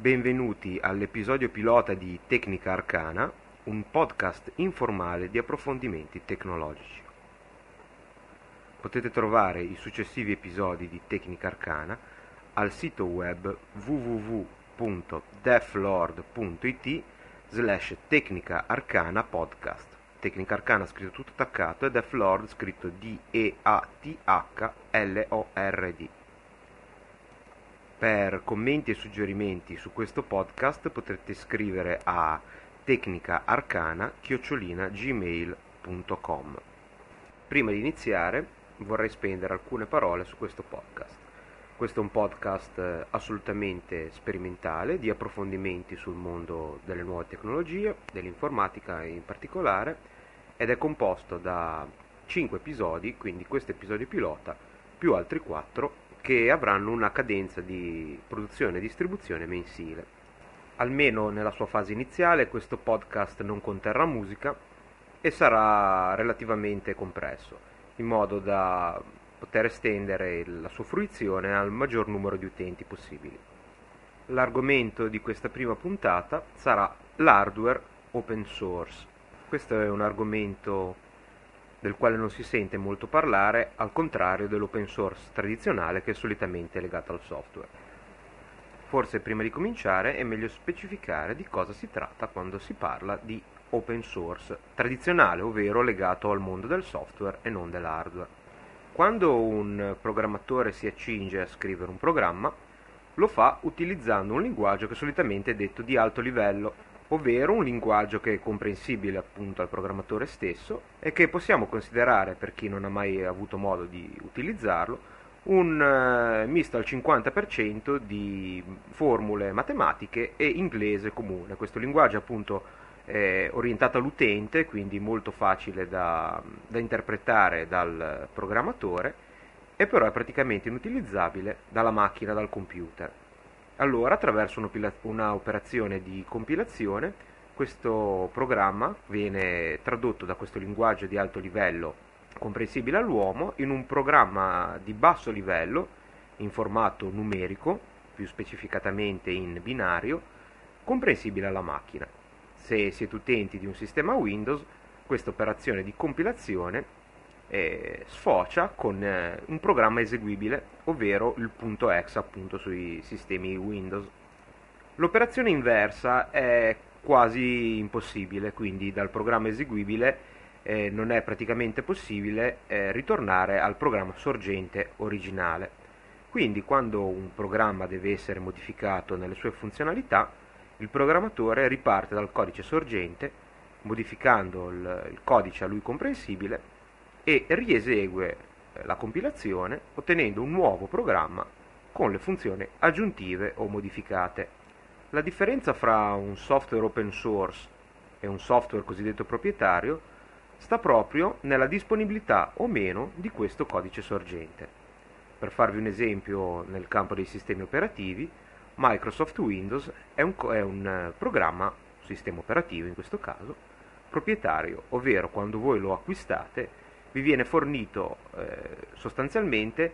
Benvenuti all'episodio pilota di Tecnica Arcana, un podcast informale di approfondimenti tecnologici. Potete trovare i successivi episodi di Tecnica Arcana al sito web www.deflord.it/Tecnica Arcana Podcast. Tecnica Arcana scritto tutto attaccato e Deflord scritto DEATHLORD. Per commenti e suggerimenti su questo podcast potrete scrivere a tecnicaarcana@gmail.com. Prima di iniziare vorrei spendere alcune parole su questo podcast. Questo è un podcast assolutamente sperimentale di approfondimenti sul mondo delle nuove tecnologie, dell'informatica in particolare, ed è composto da 5 episodi, quindi questo episodio pilota, più altri 4 che avranno una cadenza di produzione e distribuzione mensile. Almeno nella sua fase iniziale questo podcast non conterrà musica e sarà relativamente compresso, in modo da poter estendere la sua fruizione al maggior numero di utenti possibili. L'argomento di questa prima puntata sarà l'hardware open source. Questo è un argomento del quale non si sente molto parlare, al contrario dell'open source tradizionale che è solitamente legato al software. Forse prima di cominciare è meglio specificare di cosa si tratta quando si parla di open source tradizionale, ovvero legato al mondo del software e non dell'hardware. Quando un programmatore si accinge a scrivere un programma, lo fa utilizzando un linguaggio che solitamente è detto di alto livello, ovvero un linguaggio che è comprensibile appunto al programmatore stesso e che possiamo considerare, per chi non ha mai avuto modo di utilizzarlo, un misto al 50% di formule matematiche e inglese comune. Questo linguaggio appunto è orientato all'utente, quindi molto facile da interpretare dal programmatore, e però è praticamente inutilizzabile dalla macchina, dal computer. Allora, attraverso una operazione di compilazione, questo programma viene tradotto da questo linguaggio di alto livello, comprensibile all'uomo, in un programma di basso livello, in formato numerico, più specificatamente in binario, comprensibile alla macchina. Se siete utenti di un sistema Windows, questa operazione di compilazione sfocia con un programma eseguibile, ovvero il .exe appunto sui sistemi Windows. L'operazione inversa è quasi impossibile, quindi dal programma eseguibile non è praticamente possibile ritornare al programma sorgente originale. Quindi quando un programma deve essere modificato nelle sue funzionalità, il programmatore riparte dal codice sorgente, modificando il codice a lui comprensibile, e riesegue la compilazione ottenendo un nuovo programma con le funzioni aggiuntive o modificate. La differenza fra un software open source e un software cosiddetto proprietario sta proprio nella disponibilità o meno di questo codice sorgente. Per farvi un esempio nel campo dei sistemi operativi, Microsoft Windows è un programma, sistema operativo in questo caso, proprietario, ovvero quando voi lo acquistate vi viene fornito sostanzialmente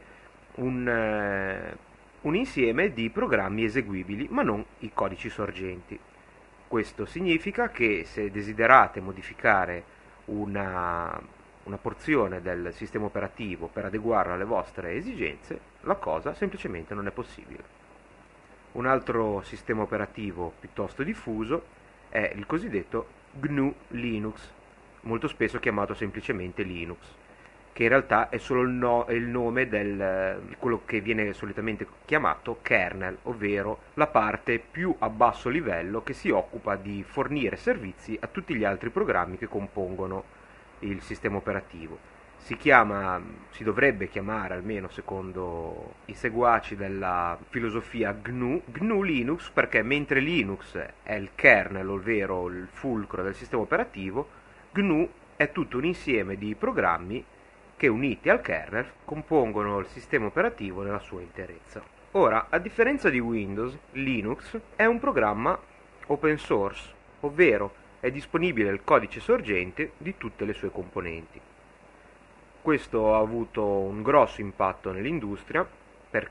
un insieme di programmi eseguibili, ma non i codici sorgenti. Questo significa che se desiderate modificare una porzione del sistema operativo per adeguarla alle vostre esigenze, la cosa semplicemente non è possibile. Un altro sistema operativo piuttosto diffuso è il cosiddetto GNU Linux, molto spesso chiamato semplicemente Linux, che in realtà è solo il nome di quello che viene solitamente chiamato kernel, ovvero la parte più a basso livello che si occupa di fornire servizi a tutti gli altri programmi che compongono il sistema operativo. Si dovrebbe chiamare, almeno secondo i seguaci della filosofia GNU Linux, perché mentre Linux è il kernel, ovvero il fulcro del sistema operativo, GNU è tutto un insieme di programmi che, uniti al kernel, compongono il sistema operativo nella sua interezza. Ora, a differenza di Windows, Linux è un programma open source, ovvero è disponibile il codice sorgente di tutte le sue componenti. Questo ha avuto un grosso impatto nell'industria perché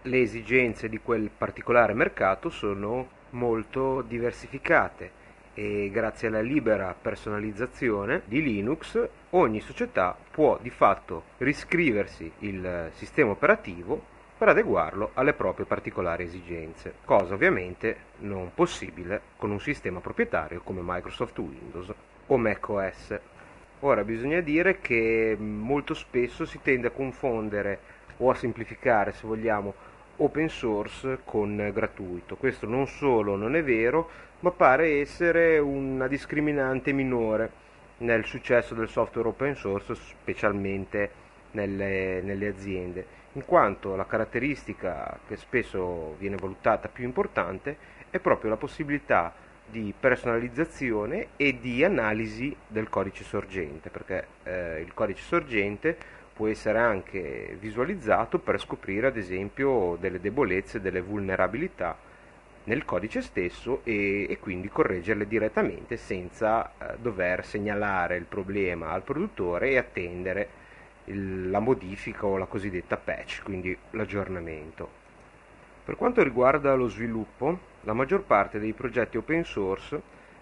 le esigenze di quel particolare mercato sono molto diversificate e grazie alla libera personalizzazione di Linux ogni società può di fatto riscriversi il sistema operativo per adeguarlo alle proprie particolari esigenze, cosa ovviamente non possibile con un sistema proprietario come Microsoft Windows o macOS. Ora bisogna dire che molto spesso si tende a confondere o a semplificare, se vogliamo, open source con gratuito. Questo non solo non è vero, ma pare essere una discriminante minore nel successo del software open source, specialmente nelle aziende, in quanto la caratteristica che spesso viene valutata più importante è proprio la possibilità di personalizzazione e di analisi del codice sorgente, perché il codice sorgente può essere anche visualizzato per scoprire ad esempio delle debolezze, delle vulnerabilità nel codice stesso e quindi correggerle direttamente senza dover segnalare il problema al produttore e attendere la modifica o la cosiddetta patch, quindi l'aggiornamento. Per quanto riguarda lo sviluppo, la maggior parte dei progetti open source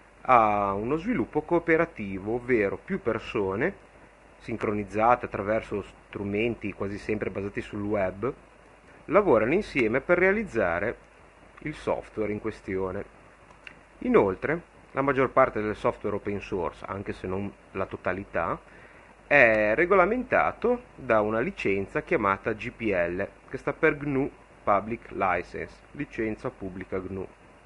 ha uno sviluppo cooperativo, ovvero più persone sincronizzate attraverso strumenti quasi sempre basati sul web, lavorano insieme per realizzare il software in questione. Inoltre, la maggior parte del software open source, anche se non la totalità, è regolamentato da una licenza chiamata GPL, che sta per GNU Public License, licenza pubblica GNU.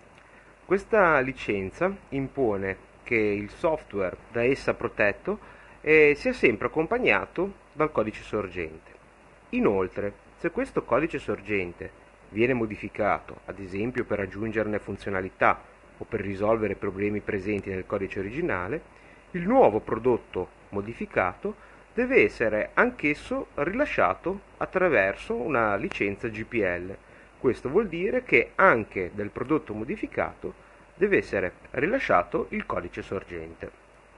Questa licenza impone che il software da essa protetto sia sempre accompagnato dal codice sorgente. Inoltre, se questo codice sorgente viene modificato, ad esempio per aggiungerne funzionalità o per risolvere problemi presenti nel codice originale, il nuovo prodotto modificato deve essere anch'esso rilasciato attraverso una licenza GPL. Questo vuol dire che anche del prodotto modificato deve essere rilasciato il codice sorgente.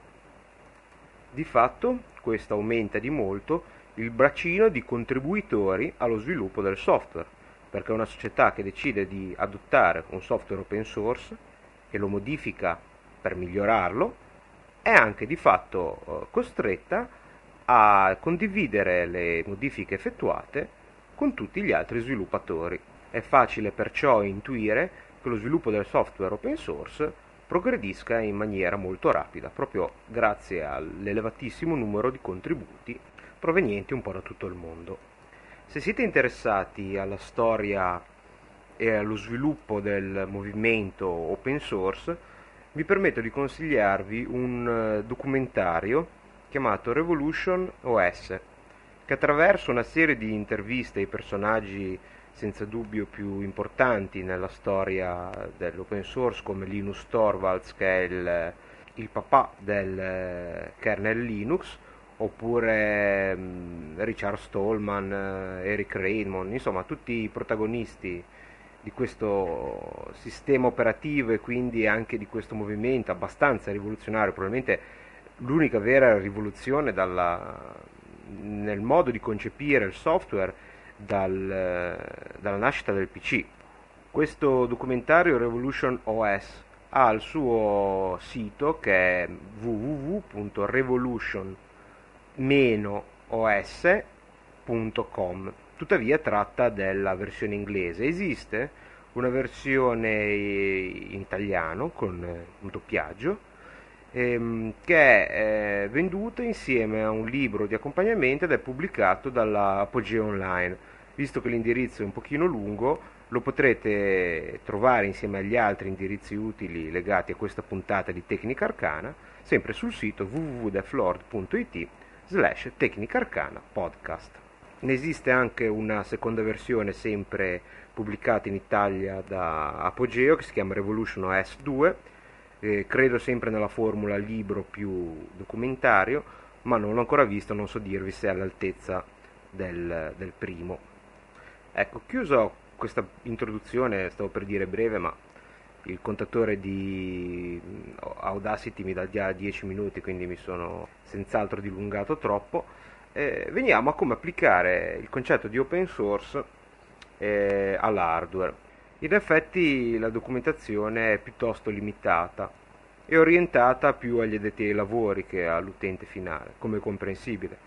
Di fatto, questo aumenta di molto il bacino di contribuitori allo sviluppo del software, perché una società che decide di adottare un software open source e lo modifica per migliorarlo è anche di fatto costretta a condividere le modifiche effettuate con tutti gli altri sviluppatori. È facile perciò intuire che lo sviluppo del software open source progredisca in maniera molto rapida, proprio grazie all'elevatissimo numero di contributi provenienti un po' da tutto il mondo. Se siete interessati alla storia e allo sviluppo del movimento open source, vi permetto di consigliarvi un documentario chiamato Revolution OS, che attraverso una serie di interviste ai personaggi senza dubbio più importanti nella storia dell'open source, come Linus Torvalds, che è il papà del kernel Linux, oppure Richard Stallman, Eric Raymond, insomma tutti i protagonisti di questo sistema operativo e quindi anche di questo movimento abbastanza rivoluzionario, probabilmente l'unica vera rivoluzione nel modo di concepire il software dalla nascita del PC. Questo documentario Revolution OS ha il suo sito, che è www.revolution-os.com. tuttavia tratta della versione inglese. Esiste una versione in italiano con un doppiaggio che è venduta insieme a un libro di accompagnamento ed è pubblicato dalla Apogee Online. Visto che l'indirizzo è un pochino lungo, lo potrete trovare insieme agli altri indirizzi utili legati a questa puntata di Tecnica Arcana sempre sul sito www.deflord.it/Tecnica Arcana podcast. Ne esiste anche una seconda versione sempre pubblicata in Italia da Apogeo, che si chiama Revolution OS 2, credo sempre nella formula libro più documentario, ma non l'ho ancora visto, non so dirvi se è all'altezza del primo. Ecco, chiuso questa introduzione, stavo per dire breve, ma il contatore di Audacity mi dà già 10 minuti, quindi mi sono senz'altro dilungato troppo. Veniamo a come applicare il concetto di open source all'hardware. In effetti la documentazione è piuttosto limitata e orientata più agli addetti ai lavori che all'utente finale, come è comprensibile.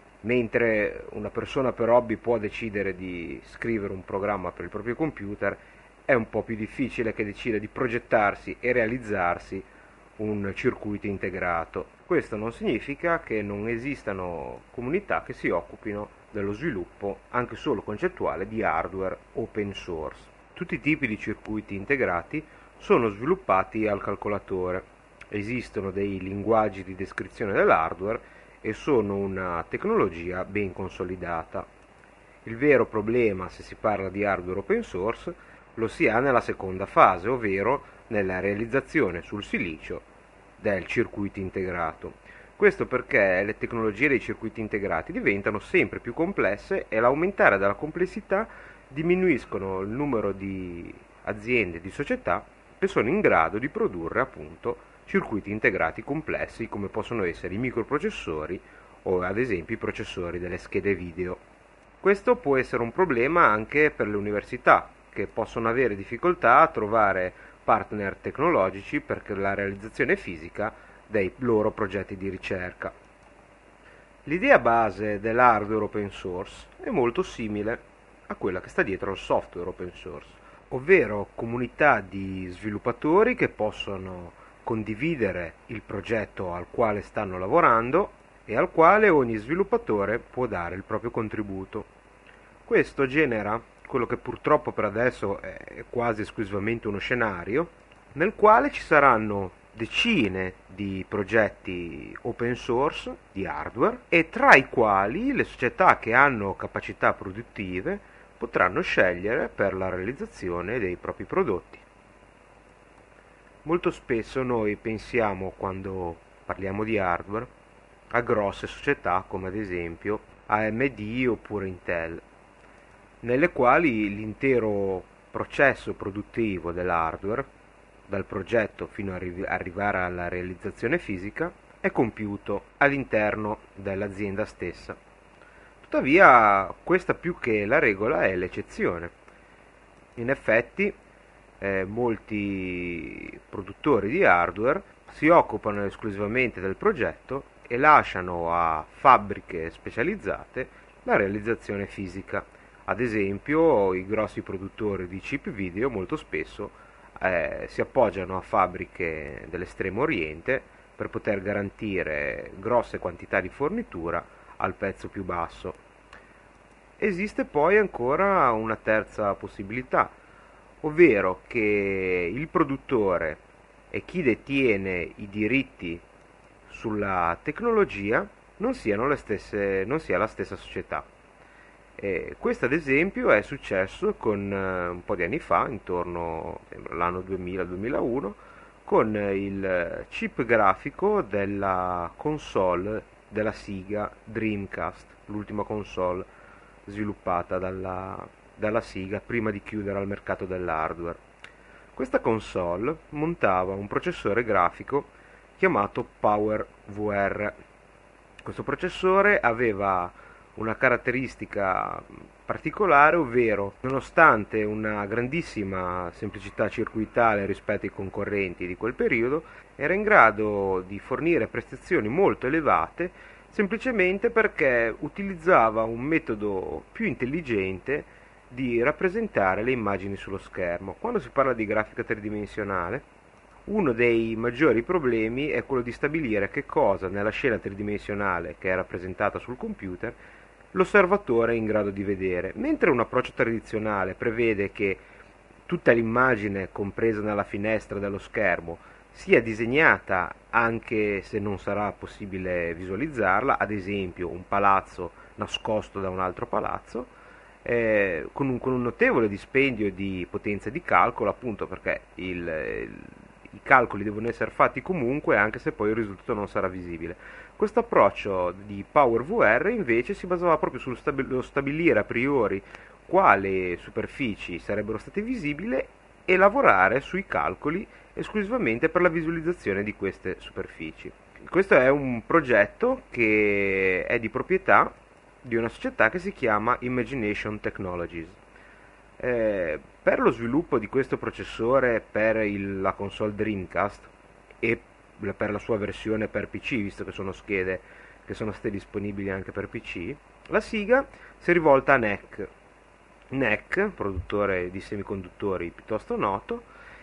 Mentre una persona per hobby può decidere di scrivere un programma per il proprio computer, è un po' più difficile che decida di progettarsi e realizzarsi un circuito integrato. Questo non significa che non esistano comunità che si occupino dello sviluppo, anche solo concettuale, di hardware open source. Tutti i tipi di circuiti integrati sono sviluppati al calcolatore. Esistono dei linguaggi di descrizione dell'hardware e sono una tecnologia ben consolidata. Il vero problema, se si parla di hardware open source, lo si ha nella seconda fase, ovvero nella realizzazione sul silicio del circuito integrato. Questo perché le tecnologie dei circuiti integrati diventano sempre più complesse e l'aumentare della complessità diminuiscono il numero di aziende, di società che sono in grado di produrre appunto circuiti integrati complessi come possono essere i microprocessori o ad esempio i processori delle schede video. Questo può essere un problema anche per le università, che possono avere difficoltà a trovare partner tecnologici per la realizzazione fisica dei loro progetti di ricerca. L'idea base dell'hardware open source è molto simile a quella che sta dietro al software open source, ovvero comunità di sviluppatori che possono condividere il progetto al quale stanno lavorando e al quale ogni sviluppatore può dare il proprio contributo. Questo genera quello che purtroppo per adesso è quasi esclusivamente uno scenario nel quale ci saranno decine di progetti open source di hardware e tra i quali le società che hanno capacità produttive potranno scegliere per la realizzazione dei propri prodotti. Molto spesso noi pensiamo, quando parliamo di hardware, a grosse società come ad esempio AMD oppure Intel, nelle quali l'intero processo produttivo dell'hardware, dal progetto fino a arrivare alla realizzazione fisica, è compiuto all'interno dell'azienda stessa. Tuttavia, questa più che la regola è l'eccezione. In effetti, molti produttori di hardware si occupano esclusivamente del progetto e lasciano a fabbriche specializzate la realizzazione fisica. Ad esempio, i grossi produttori di chip video molto spesso si appoggiano a fabbriche dell'estremo oriente per poter garantire grosse quantità di fornitura al prezzo più basso. Esiste poi ancora una terza possibilità, ovvero che il produttore e chi detiene i diritti sulla tecnologia non sia la stessa società. Questo ad esempio è successo con un po' di anni fa, intorno all'anno 2000-2001, con il chip grafico della console della Sega Dreamcast, l'ultima console sviluppata dalla Sega prima di chiudere al mercato dell'hardware. Questa console montava un processore grafico chiamato PowerVR. Questo processore aveva una caratteristica particolare, ovvero nonostante una grandissima semplicità circuitale rispetto ai concorrenti di quel periodo, era in grado di fornire prestazioni molto elevate semplicemente perché utilizzava un metodo più intelligente di rappresentare le immagini sullo schermo. Quando si parla di grafica tridimensionale, uno dei maggiori problemi è quello di stabilire che cosa nella scena tridimensionale che è rappresentata sul computer l'osservatore è in grado di vedere, mentre un approccio tradizionale prevede che tutta l'immagine compresa nella finestra dello schermo sia disegnata anche se non sarà possibile visualizzarla, ad esempio un palazzo nascosto da un altro palazzo, con un notevole dispendio di potenza di calcolo, appunto perché i calcoli devono essere fatti comunque anche se poi il risultato non sarà visibile. Questo approccio di PowerVR invece si basava proprio sullo stabilire a priori quali superfici sarebbero state visibili e lavorare sui calcoli esclusivamente per la visualizzazione di queste superfici. Questo è un progetto che è di proprietà di una società che si chiama Imagination Technologies. Per lo sviluppo di questo processore per la console Dreamcast e per la sua versione per PC, visto che sono schede che sono state disponibili anche per PC, la Sega si è rivolta a NEC. NEC, produttore di semiconduttori piuttosto noto,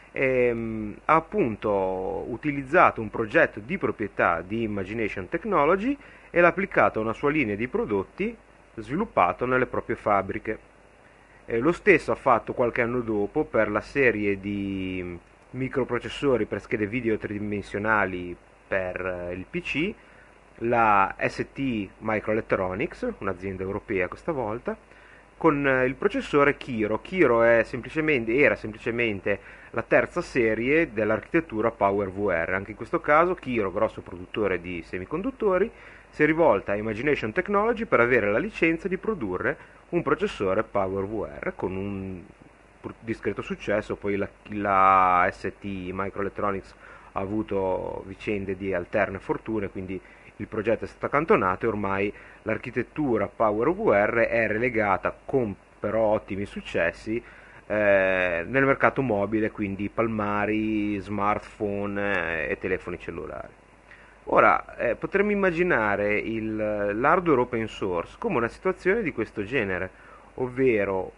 ha appunto utilizzato un progetto di proprietà di Imagination Technology e l'ha applicato a una sua linea di prodotti sviluppato nelle proprie fabbriche. Lo stesso ha fatto qualche anno dopo per la serie di microprocessori per schede video tridimensionali per il PC, la ST Microelectronics, un'azienda europea questa volta, con il processore Kiro. Kiro era semplicemente la terza serie dell'architettura PowerVR. Anche in questo caso Kiro, grosso produttore di semiconduttori, si è rivolta a Imagination Technology per avere la licenza di produrre un processore PowerVR con un discreto successo. Poi la ST Microelectronics ha avuto vicende di alterne fortune, quindi il progetto è stato accantonato e ormai l'architettura PowerVR è relegata, con però ottimi successi, nel mercato mobile, quindi palmari, smartphone e telefoni cellulari. Ora, potremmo immaginare l'hardware open source come una situazione di questo genere, ovvero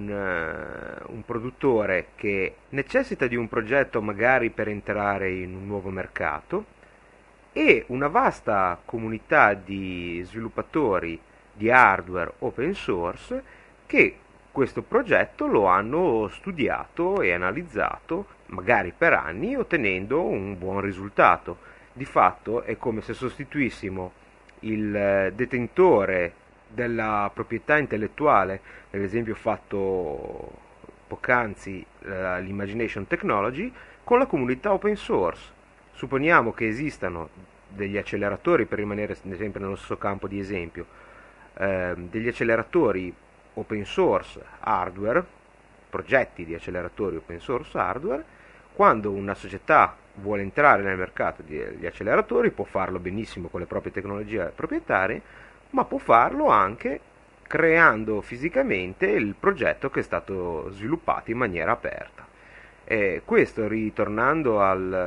un produttore che necessita di un progetto magari per entrare in un nuovo mercato e una vasta comunità di sviluppatori di hardware open source che questo progetto lo hanno studiato e analizzato magari per anni, ottenendo un buon risultato. Di fatto è come se sostituissimo il detentore della proprietà intellettuale, nell'esempio fatto poc'anzi, l'Imagination Technology, con la comunità open source. Supponiamo che esistano degli acceleratori, per rimanere sempre nello stesso campo di esempio, degli acceleratori open source hardware, progetti di acceleratori open source hardware. Quando una società vuole entrare nel mercato degli acceleratori può farlo benissimo con le proprie tecnologie proprietarie, ma può farlo anche creando fisicamente il progetto che è stato sviluppato in maniera aperta. Questo, ritornando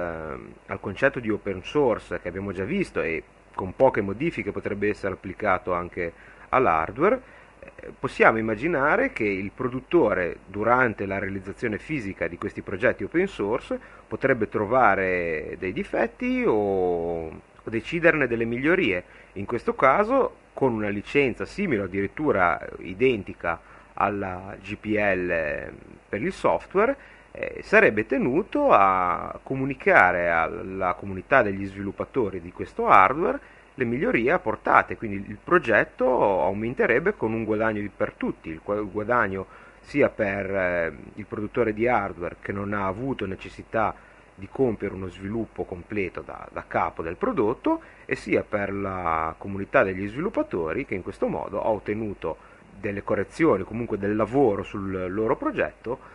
al concetto di open source che abbiamo già visto e con poche modifiche potrebbe essere applicato anche all'hardware, possiamo immaginare che il produttore, durante la realizzazione fisica di questi progetti open source, potrebbe trovare dei difetti o deciderne delle migliorie. In questo caso, con una licenza simile o addirittura identica alla GPL per il software, sarebbe tenuto a comunicare alla comunità degli sviluppatori di questo hardware le migliorie apportate, quindi il progetto aumenterebbe con un guadagno per tutti, il guadagno sia per il produttore di hardware che non ha avuto necessità di compiere uno sviluppo completo da capo del prodotto, e sia per la comunità degli sviluppatori che in questo modo ha ottenuto delle correzioni, comunque del lavoro sul loro progetto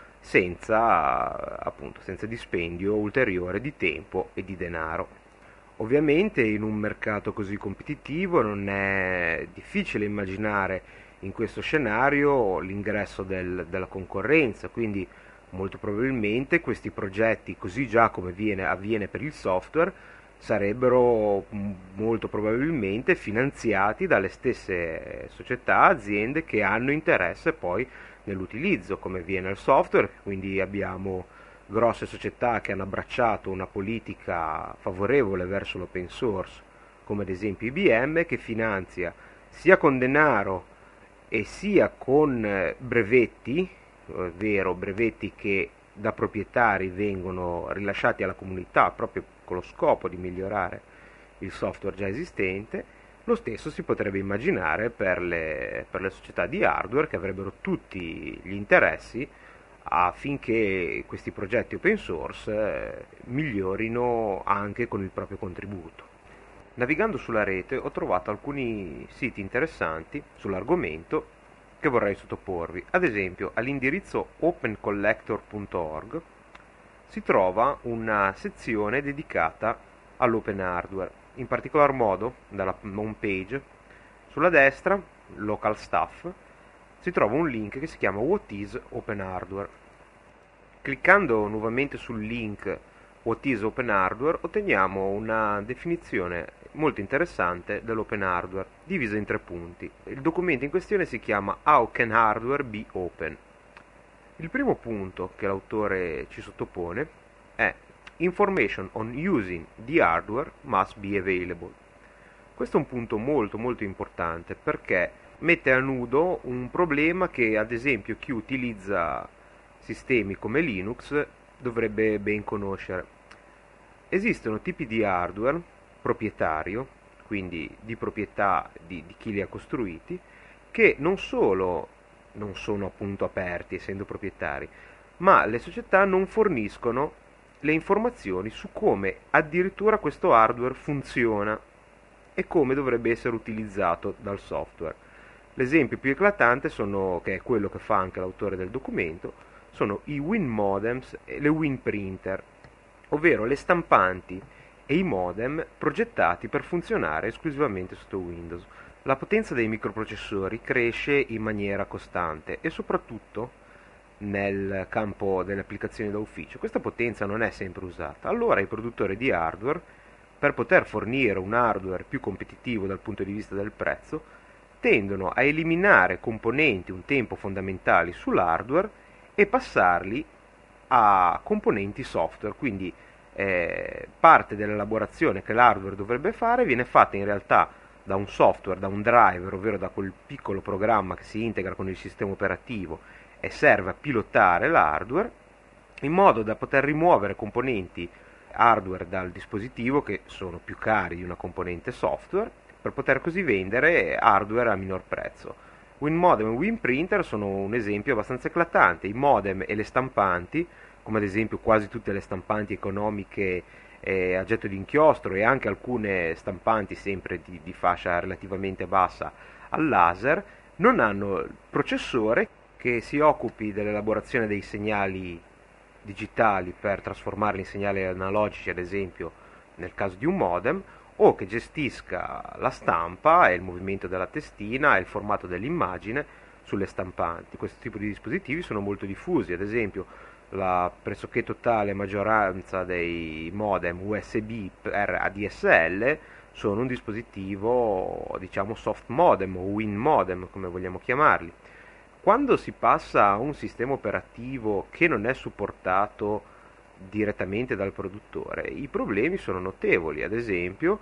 senza dispendio ulteriore di tempo e di denaro. Ovviamente in un mercato così competitivo non è difficile immaginare in questo scenario l'ingresso della concorrenza, quindi molto probabilmente questi progetti, così già come avviene per il software, sarebbero molto probabilmente finanziati dalle stesse società, aziende che hanno interesse poi nell'utilizzo, come avviene al software. Quindi abbiamo grosse società che hanno abbracciato una politica favorevole verso l'open source, come ad esempio IBM, che finanzia sia con denaro e sia con brevetti, ovvero brevetti che da proprietari vengono rilasciati alla comunità proprio con lo scopo di migliorare il software già esistente. Lo stesso si potrebbe immaginare per le società di hardware, che avrebbero tutti gli interessi affinché questi progetti open source migliorino anche con il proprio contributo. Navigando sulla rete ho trovato alcuni siti interessanti sull'argomento che vorrei sottoporvi. Ad esempio, all'indirizzo opencollector.org si trova una sezione dedicata all'open hardware, in particolar modo dalla home page sulla destra local stuff si trova un link che si chiama What is Open Hardware. Cliccando nuovamente sul link What is Open Hardware otteniamo una definizione molto interessante dell'open hardware, divisa in 3 punti. Il documento in questione si chiama How can hardware be open? Il primo punto che l'autore ci sottopone è Information on using the hardware must be available. Questo è un punto molto importante perché mette a nudo un problema che ad esempio chi utilizza sistemi come Linux dovrebbe ben conoscere. Esistono tipi di hardware proprietario, quindi di proprietà di chi li ha costruiti, che non solo non sono appunto aperti essendo proprietari, ma le società non forniscono le informazioni su come addirittura questo hardware funziona e come dovrebbe essere utilizzato dal software. L'esempio più eclatante che è quello che fa anche l'autore del documento, sono i WinModems e le WinPrinter, ovvero le stampanti e i modem progettati per funzionare esclusivamente sotto Windows. La potenza dei microprocessori cresce in maniera costante e soprattutto nel campo delle applicazioni da ufficio questa potenza non è sempre usata. Allora i produttori di hardware, per poter fornire un hardware più competitivo dal punto di vista del prezzo, tendono a eliminare componenti un tempo fondamentali sull'hardware e passarli a componenti software, quindi parte dell'elaborazione che l'hardware dovrebbe fare viene fatta in realtà da un software, da un driver, ovvero da quel piccolo programma che si integra con il sistema operativo e serve a pilotare l'hardware, in modo da poter rimuovere componenti hardware dal dispositivo che sono più cari di una componente software, per poter così vendere hardware a minor prezzo. WinModem e WinPrinter sono un esempio abbastanza eclatante. I modem e le stampanti, come ad esempio quasi tutte le stampanti economiche a getto di inchiostro e anche alcune stampanti sempre di fascia relativamente bassa al laser, non hanno il processore che si occupi dell'elaborazione dei segnali digitali per trasformarli in segnali analogici, ad esempio nel caso di un modem, o che gestisca la stampa e il movimento della testina e il formato dell'immagine sulle stampanti. Questo tipo di dispositivi sono molto diffusi, ad esempio la pressoché totale maggioranza dei modem USB per ADSL sono un dispositivo, diciamo, soft modem o Win modem, come vogliamo chiamarli. Quando si passa a un sistema operativo che non è supportato direttamente dal produttore, i problemi sono notevoli. Ad esempio,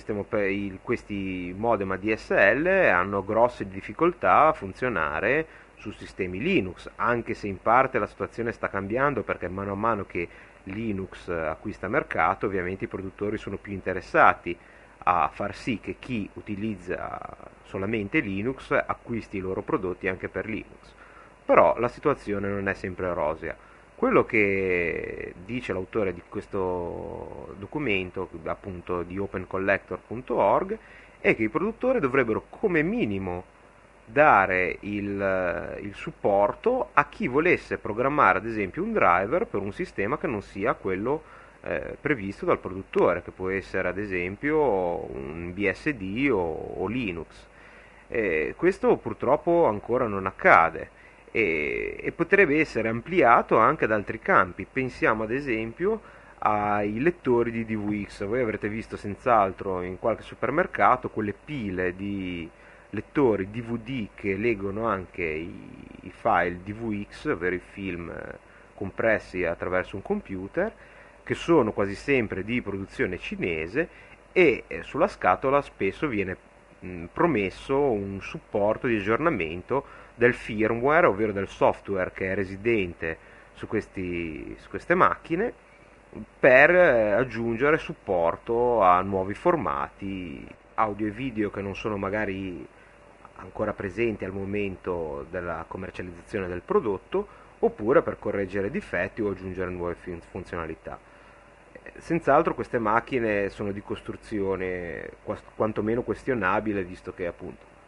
questi modem ADSL hanno grosse difficoltà a funzionare su sistemi Linux, anche se in parte la situazione sta cambiando perché mano a mano che Linux acquista mercato, ovviamente i produttori sono più interessati a far sì che chi utilizza solamente Linux acquisti i loro prodotti anche per Linux. Però la situazione non è sempre rosea. Quello che dice l'autore di questo documento, appunto di opencollector.org, è che i produttori dovrebbero come minimo dare il supporto a chi volesse programmare ad esempio un driver per un sistema che non sia quello previsto dal produttore, che può essere ad esempio un BSD o Linux. Questo purtroppo ancora non accade e potrebbe essere ampliato anche ad altri campi. Pensiamo ad esempio ai lettori di DVX. Voi avrete visto senz'altro in qualche supermercato quelle pile di lettori DVD che leggono anche i file DVX, ovvero i film compressi attraverso un computer, che sono quasi sempre di produzione cinese e sulla scatola spesso viene promesso un supporto di aggiornamento del firmware, ovvero del software che è residente su queste macchine, per aggiungere supporto a nuovi formati audio e video che non sono magari ancora presenti al momento della commercializzazione del prodotto, oppure per correggere difetti o aggiungere nuove funzionalità. Senz'altro queste macchine sono di costruzione quantomeno questionabile, visto che appunto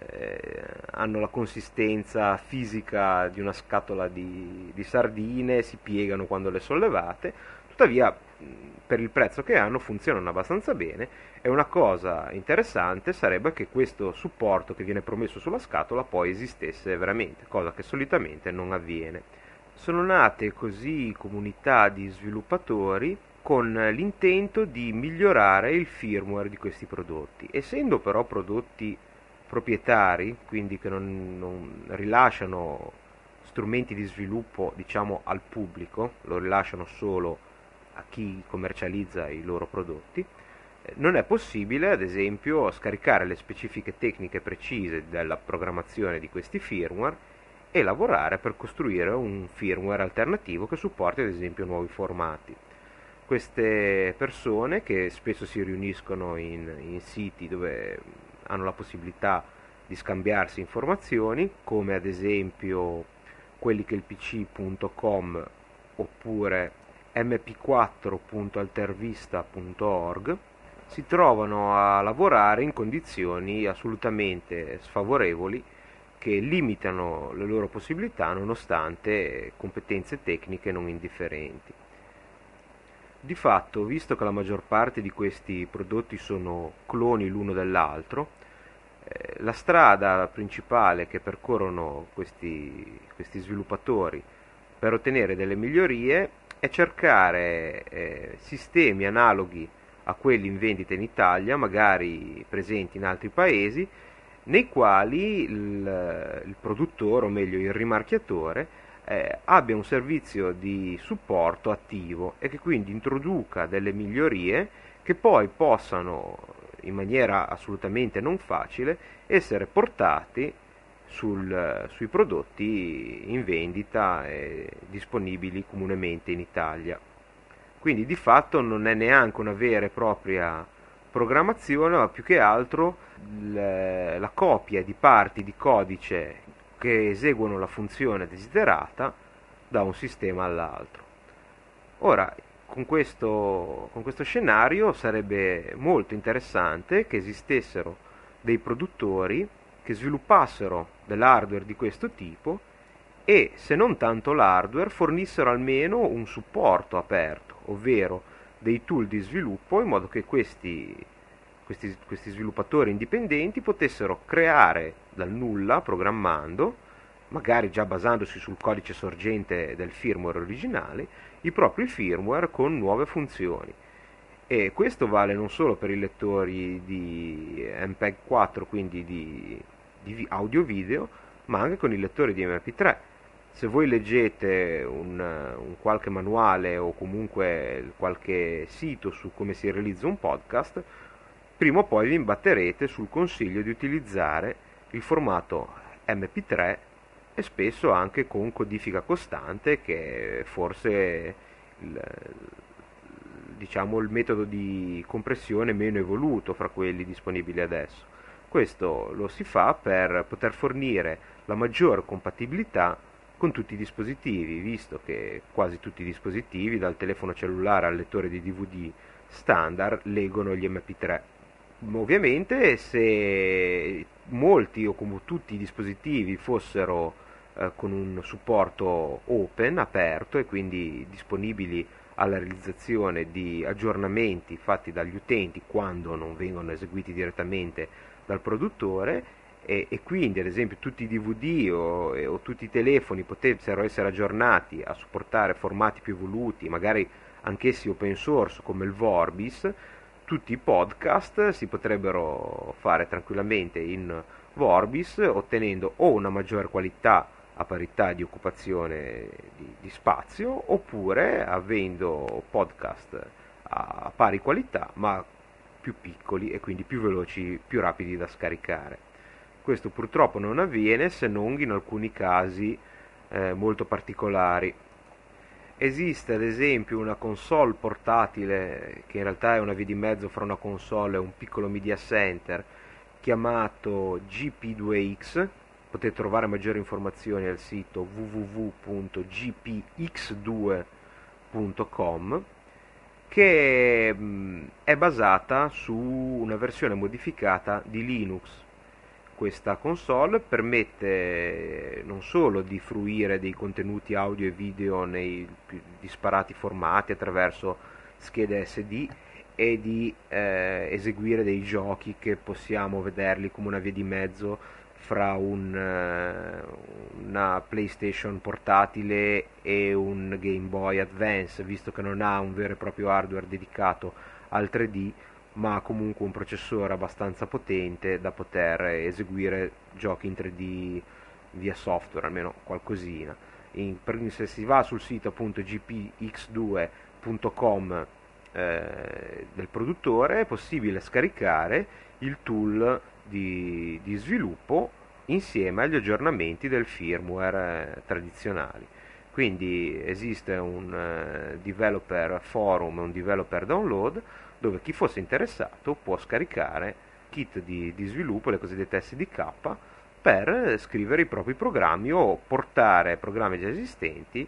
hanno la consistenza fisica di una scatola di sardine, si piegano quando le sollevate, tuttavia per il prezzo che hanno funzionano abbastanza bene, e una cosa interessante sarebbe che questo supporto che viene promesso sulla scatola poi esistesse veramente, cosa che solitamente non avviene. Sono nate così comunità di sviluppatori con l'intento di migliorare il firmware di questi prodotti. Essendo però prodotti proprietari, quindi che non rilasciano strumenti di sviluppo, diciamo, al pubblico, lo rilasciano solo a chi commercializza i loro prodotti, non è possibile, ad esempio, scaricare le specifiche tecniche precise della programmazione di questi firmware e lavorare per costruire un firmware alternativo che supporti, ad esempio, nuovi formati. Queste persone, che spesso si riuniscono in siti dove hanno la possibilità di scambiarsi informazioni, come ad esempio quelli che il pc.com oppure mp4.altervista.org, si trovano a lavorare in condizioni assolutamente sfavorevoli che limitano le loro possibilità nonostante competenze tecniche non indifferenti. Di fatto, visto che la maggior parte di questi prodotti sono cloni l'uno dell'altro, la strada principale che percorrono questi sviluppatori per ottenere delle migliorie è cercare sistemi analoghi a quelli in vendita in Italia, magari presenti in altri paesi, nei quali il produttore, o meglio il rimarchiatore, abbia un servizio di supporto attivo e che quindi introduca delle migliorie che poi possano, in maniera assolutamente non facile, essere portati sui prodotti in vendita e disponibili comunemente in Italia. Quindi di fatto non è neanche una vera e propria programmazione, ma più che altro la copia di parti di codice che eseguono la funzione desiderata da un sistema all'altro. Ora, con questo scenario sarebbe molto interessante che esistessero dei produttori che sviluppassero dell'hardware di questo tipo e, se non tanto l'hardware, fornissero almeno un supporto aperto, ovvero dei tool di sviluppo, in modo che questi sviluppatori indipendenti potessero creare dal nulla, programmando, magari già basandosi sul codice sorgente del firmware originale, i propri firmware con nuove funzioni. E questo vale non solo per i lettori di MPEG 4, quindi di audio-video, ma anche con i lettori di MP3. Se voi leggete un qualche manuale o comunque qualche sito su come si realizza un podcast, prima o poi vi imbatterete sul consiglio di utilizzare il formato MP3, e spesso anche con codifica costante, che è forse il, diciamo, il metodo di compressione meno evoluto fra quelli disponibili adesso. Questo lo si fa per poter fornire la maggior compatibilità con tutti i dispositivi, visto che quasi tutti i dispositivi, dal telefono cellulare al lettore di DVD standard, leggono gli MP3. Ovviamente, se molti o come tutti i dispositivi fossero con un supporto open, aperto, e quindi disponibili alla realizzazione di aggiornamenti fatti dagli utenti quando non vengono eseguiti direttamente dal produttore, e quindi ad esempio tutti i DVD o tutti i telefoni potessero essere aggiornati a supportare formati più evoluti, magari anch'essi open source come il Vorbis, tutti i podcast si potrebbero fare tranquillamente in Vorbis, ottenendo o una maggiore qualità a parità di occupazione di spazio, oppure avendo podcast a pari qualità ma più piccoli e quindi più veloci, più rapidi da scaricare. Questo purtroppo non avviene, se non in alcuni casi molto particolari. Esiste ad esempio una console portatile, che in realtà è una via di mezzo fra una console e un piccolo media center, chiamato GP2X. Potete trovare maggiori informazioni al sito www.gpx2.com, che è basata su una versione modificata di Linux. questa console permette non solo di fruire dei contenuti audio e video nei più disparati formati attraverso schede SD e di eseguire dei giochi che possiamo vederli come una via di mezzo fra una PlayStation portatile e un Game Boy Advance, visto che non ha un vero e proprio hardware dedicato al 3D, ma ha comunque un processore abbastanza potente da poter eseguire giochi in 3D via software, almeno qualcosina. Se si va sul sito appunto gpx2.com del produttore è possibile scaricare il tool di sviluppo insieme agli aggiornamenti del firmware tradizionali. Quindi esiste un developer forum, un developer download, dove chi fosse interessato può scaricare kit di sviluppo, le cosiddette SDK, per scrivere i propri programmi o portare programmi già esistenti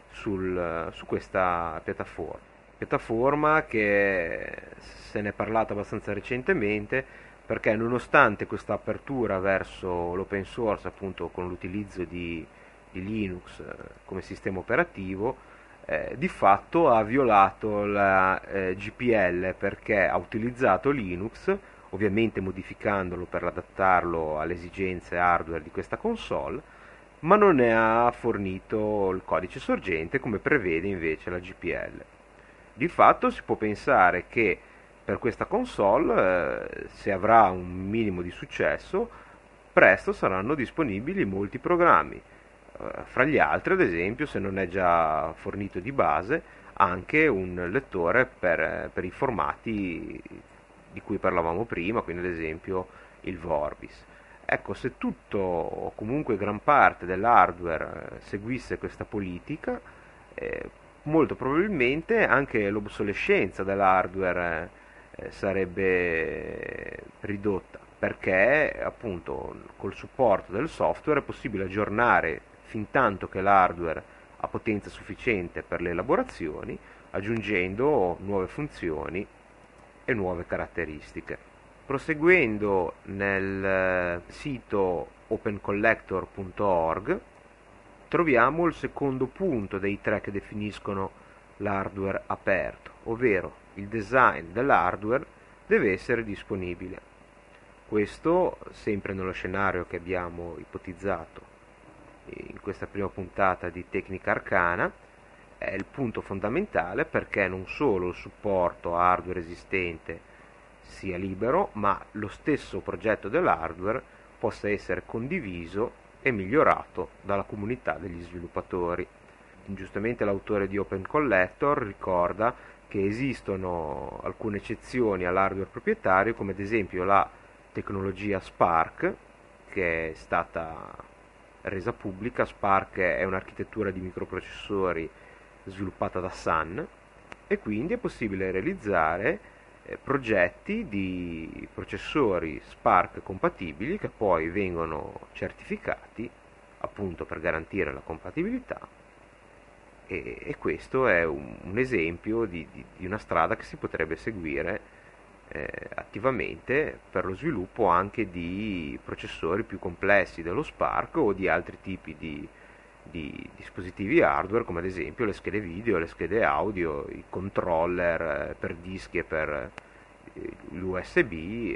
su questa piattaforma che se ne è parlato abbastanza recentemente, perché nonostante questa apertura verso l'open source, appunto con l'utilizzo di Linux come sistema operativo, di fatto ha violato la GPL, perché ha utilizzato Linux, ovviamente modificandolo per adattarlo alle esigenze hardware di questa console, ma non ne ha fornito il codice sorgente come prevede invece la GPL. Di fatto si può pensare che per questa console, se avrà un minimo di successo, presto saranno disponibili molti programmi, fra gli altri, ad esempio, se non è già fornito di base, anche un lettore per i formati di cui parlavamo prima, quindi ad esempio il Vorbis. Ecco, se tutto o comunque gran parte dell'hardware seguisse questa politica, molto probabilmente anche l'obsolescenza dell'hardware sarebbe ridotta, perché appunto col supporto del software è possibile aggiornare fin tanto che l'hardware ha potenza sufficiente per le elaborazioni, aggiungendo nuove funzioni e nuove caratteristiche. Proseguendo nel sito opencollector.org troviamo il secondo punto dei tre che definiscono l'hardware aperto, ovvero il design dell'hardware deve essere disponibile. Questo sempre nello scenario che abbiamo ipotizzato in questa prima puntata di Tecnica Arcana è il punto fondamentale, perché non solo il supporto hardware esistente sia libero, ma lo stesso progetto dell'hardware possa essere condiviso e migliorato dalla comunità degli sviluppatori. Giustamente l'autore di Open Collector ricorda che esistono alcune eccezioni all'hardware proprietario, come ad esempio la tecnologia Spark, che è stata resa pubblica. Spark è un'architettura di microprocessori sviluppata da Sun, e quindi è possibile realizzare progetti di processori Spark compatibili che poi vengono certificati appunto per garantire la compatibilità, e questo è un esempio di una strada che si potrebbe seguire attivamente per lo sviluppo anche di processori più complessi dello Spark o di altri tipi di dispositivi hardware, come ad esempio le schede video, le schede audio, i controller per dischi e per l'USB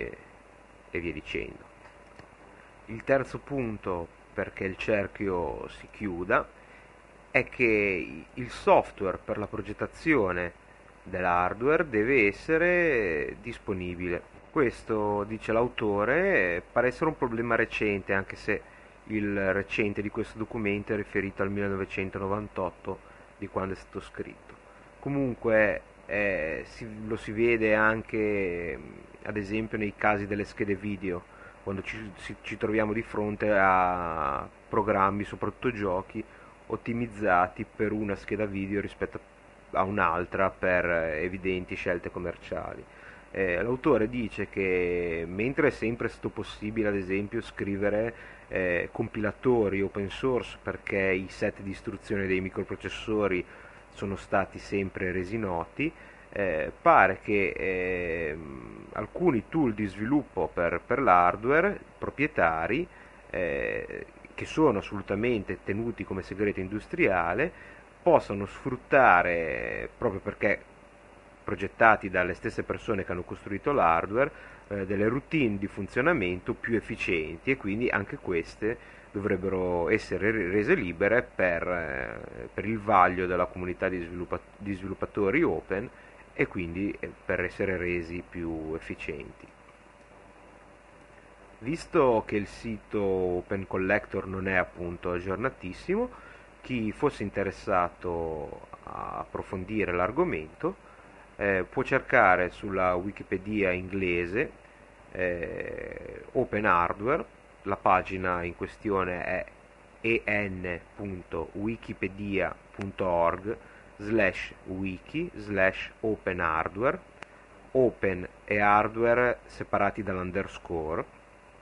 e via dicendo. Il terzo punto, perché il cerchio si chiuda, è che il software per la progettazione dell'hardware deve essere disponibile. Questo, dice l'autore, pare essere un problema recente, anche se il recente di questo documento è riferito al 1998, di quando è stato scritto. Comunque lo si vede anche ad esempio nei casi delle schede video, quando ci troviamo di fronte a programmi, soprattutto giochi, ottimizzati per una scheda video rispetto a un'altra per evidenti scelte commerciali. L'autore dice che mentre è sempre stato possibile ad esempio scrivere compilatori open source, perché i set di istruzione dei microprocessori sono stati sempre resi noti, pare che alcuni tool di sviluppo per l'hardware proprietari, che sono assolutamente tenuti come segreto industriale, possano sfruttare, proprio perché progettati dalle stesse persone che hanno costruito l'hardware, delle routine di funzionamento più efficienti, e quindi anche queste dovrebbero essere rese libere per il vaglio della comunità di sviluppatori open, e quindi per essere resi più efficienti. Visto che il sito Open Collector non è appunto aggiornatissimo, chi fosse interessato a approfondire l'argomento può cercare sulla Wikipedia inglese Open Hardware. La pagina in questione è en.wikipedia.org/wiki/open hardware, open e hardware separati dall'underscore.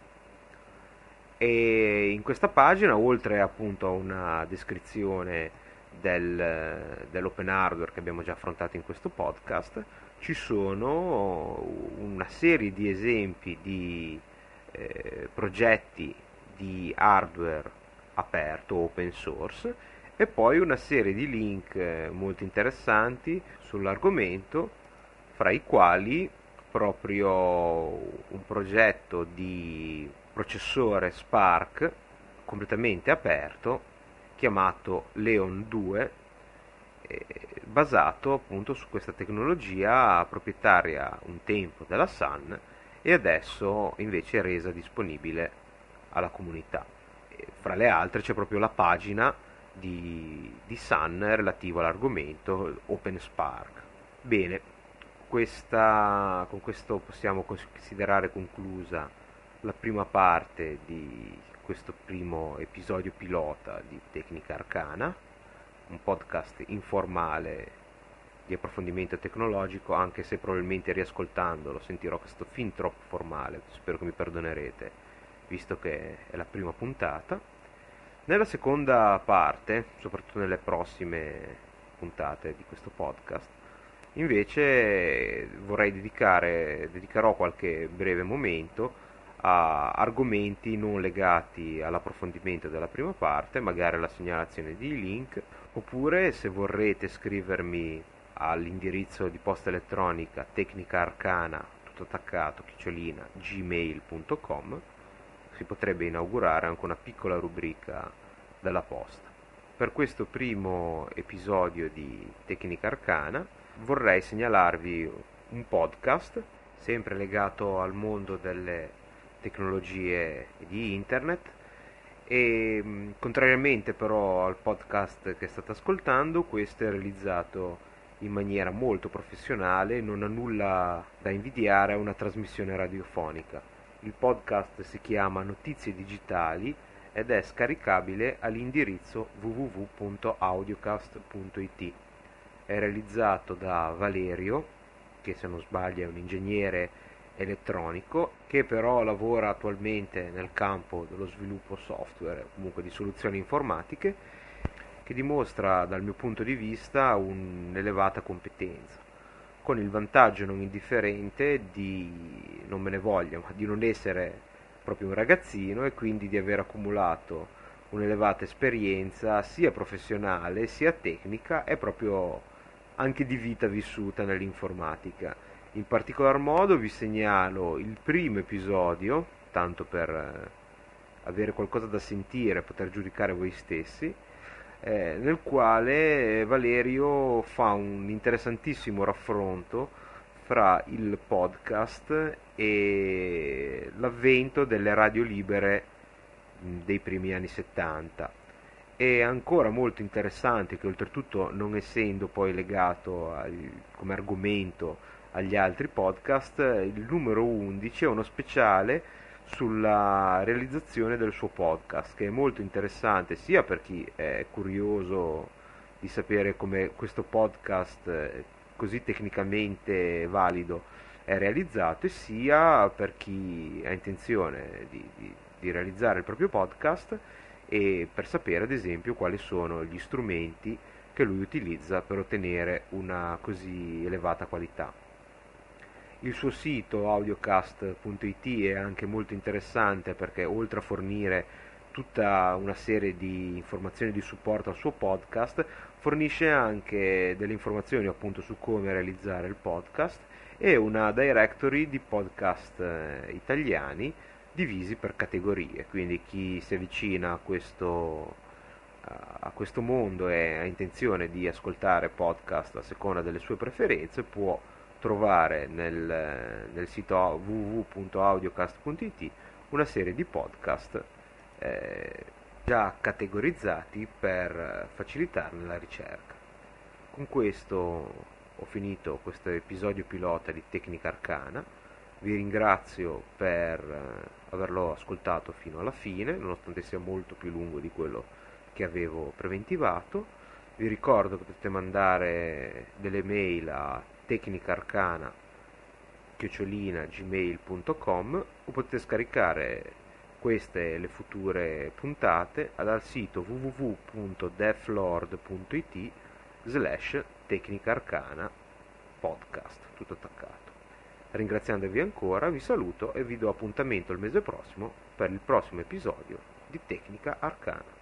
E in questa pagina, oltre appunto a una descrizione dell'open hardware che abbiamo già affrontato in questo podcast, ci sono una serie di esempi di progetti di hardware aperto, open source, e poi una serie di link molto interessanti sull'argomento, fra i quali proprio un progetto di processore Spark completamente aperto chiamato Leon 2, basato appunto su questa tecnologia proprietaria un tempo della Sun e adesso invece resa disponibile alla comunità. Fra le altre c'è proprio la pagina di Sun relativa all'argomento OpenSpark. Bene, con questo possiamo considerare conclusa la prima parte di questo primo episodio pilota di Tecnica Arcana, un podcast informale di approfondimento tecnologico, anche se probabilmente riascoltandolo sentirò questo fin troppo formale, spero che mi perdonerete, visto che è la prima puntata. Nella seconda parte, soprattutto nelle prossime puntate di questo podcast, invece dedicherò qualche breve momento a argomenti non legati all'approfondimento della prima parte, magari alla segnalazione di link, oppure se vorrete scrivermi all'indirizzo di posta elettronica tecnicaarcana tutto attaccato @gmail.com, si potrebbe inaugurare anche una piccola rubrica della posta. Per questo primo episodio di Tecnica Arcana vorrei segnalarvi un podcast sempre legato al mondo delle tecnologie di internet, e contrariamente però al podcast che state ascoltando, questo è realizzato in maniera molto professionale, non ha nulla da invidiare a una trasmissione radiofonica. Il podcast si chiama Notizie Digitali ed è scaricabile all'indirizzo www.audiocast.it. È realizzato da Valerio, che se non sbaglio è un ingegnere elettronico, che però lavora attualmente nel campo dello sviluppo software, comunque di soluzioni informatiche, che dimostra dal mio punto di vista un'elevata competenza, con il vantaggio non indifferente di, non me ne voglia, ma di non essere proprio un ragazzino, e quindi di aver accumulato un'elevata esperienza sia professionale sia tecnica e proprio anche di vita vissuta nell'informatica. In particolar modo vi segnalo il primo episodio, tanto per avere qualcosa da sentire, poter giudicare voi stessi, nel quale Valerio fa un interessantissimo raffronto fra il podcast e l'avvento delle radio libere dei primi anni 70. È ancora molto interessante che, oltretutto, non essendo poi legato come argomento agli altri podcast, il numero 11 è uno speciale sulla realizzazione del suo podcast, che è molto interessante sia per chi è curioso di sapere come questo podcast così tecnicamente valido è realizzato, e sia per chi ha intenzione di realizzare il proprio podcast, e per sapere ad esempio quali sono gli strumenti che lui utilizza per ottenere una così elevata qualità. Il suo sito audiocast.it è anche molto interessante perché oltre a fornire tutta una serie di informazioni di supporto al suo podcast, fornisce anche delle informazioni appunto su come realizzare il podcast e una directory di podcast italiani divisi per categorie, quindi chi si avvicina a questo mondo e ha intenzione di ascoltare podcast a seconda delle sue preferenze può trovare nel sito www.audiocast.it una serie di podcast già categorizzati per facilitarne la ricerca. Con questo ho finito questo episodio pilota di Tecnica Arcana. Vi ringrazio per averlo ascoltato fino alla fine, nonostante sia molto più lungo di quello che avevo preventivato. Vi ricordo che potete mandare delle mail a tecnicaarcana@gmail.com o potete scaricare queste e le future puntate dal sito www.deathlord.it/tecnicaarcana podcast, tutto attaccato. Ringraziandovi ancora, vi saluto e vi do appuntamento il mese prossimo per il prossimo episodio di Tecnica Arcana.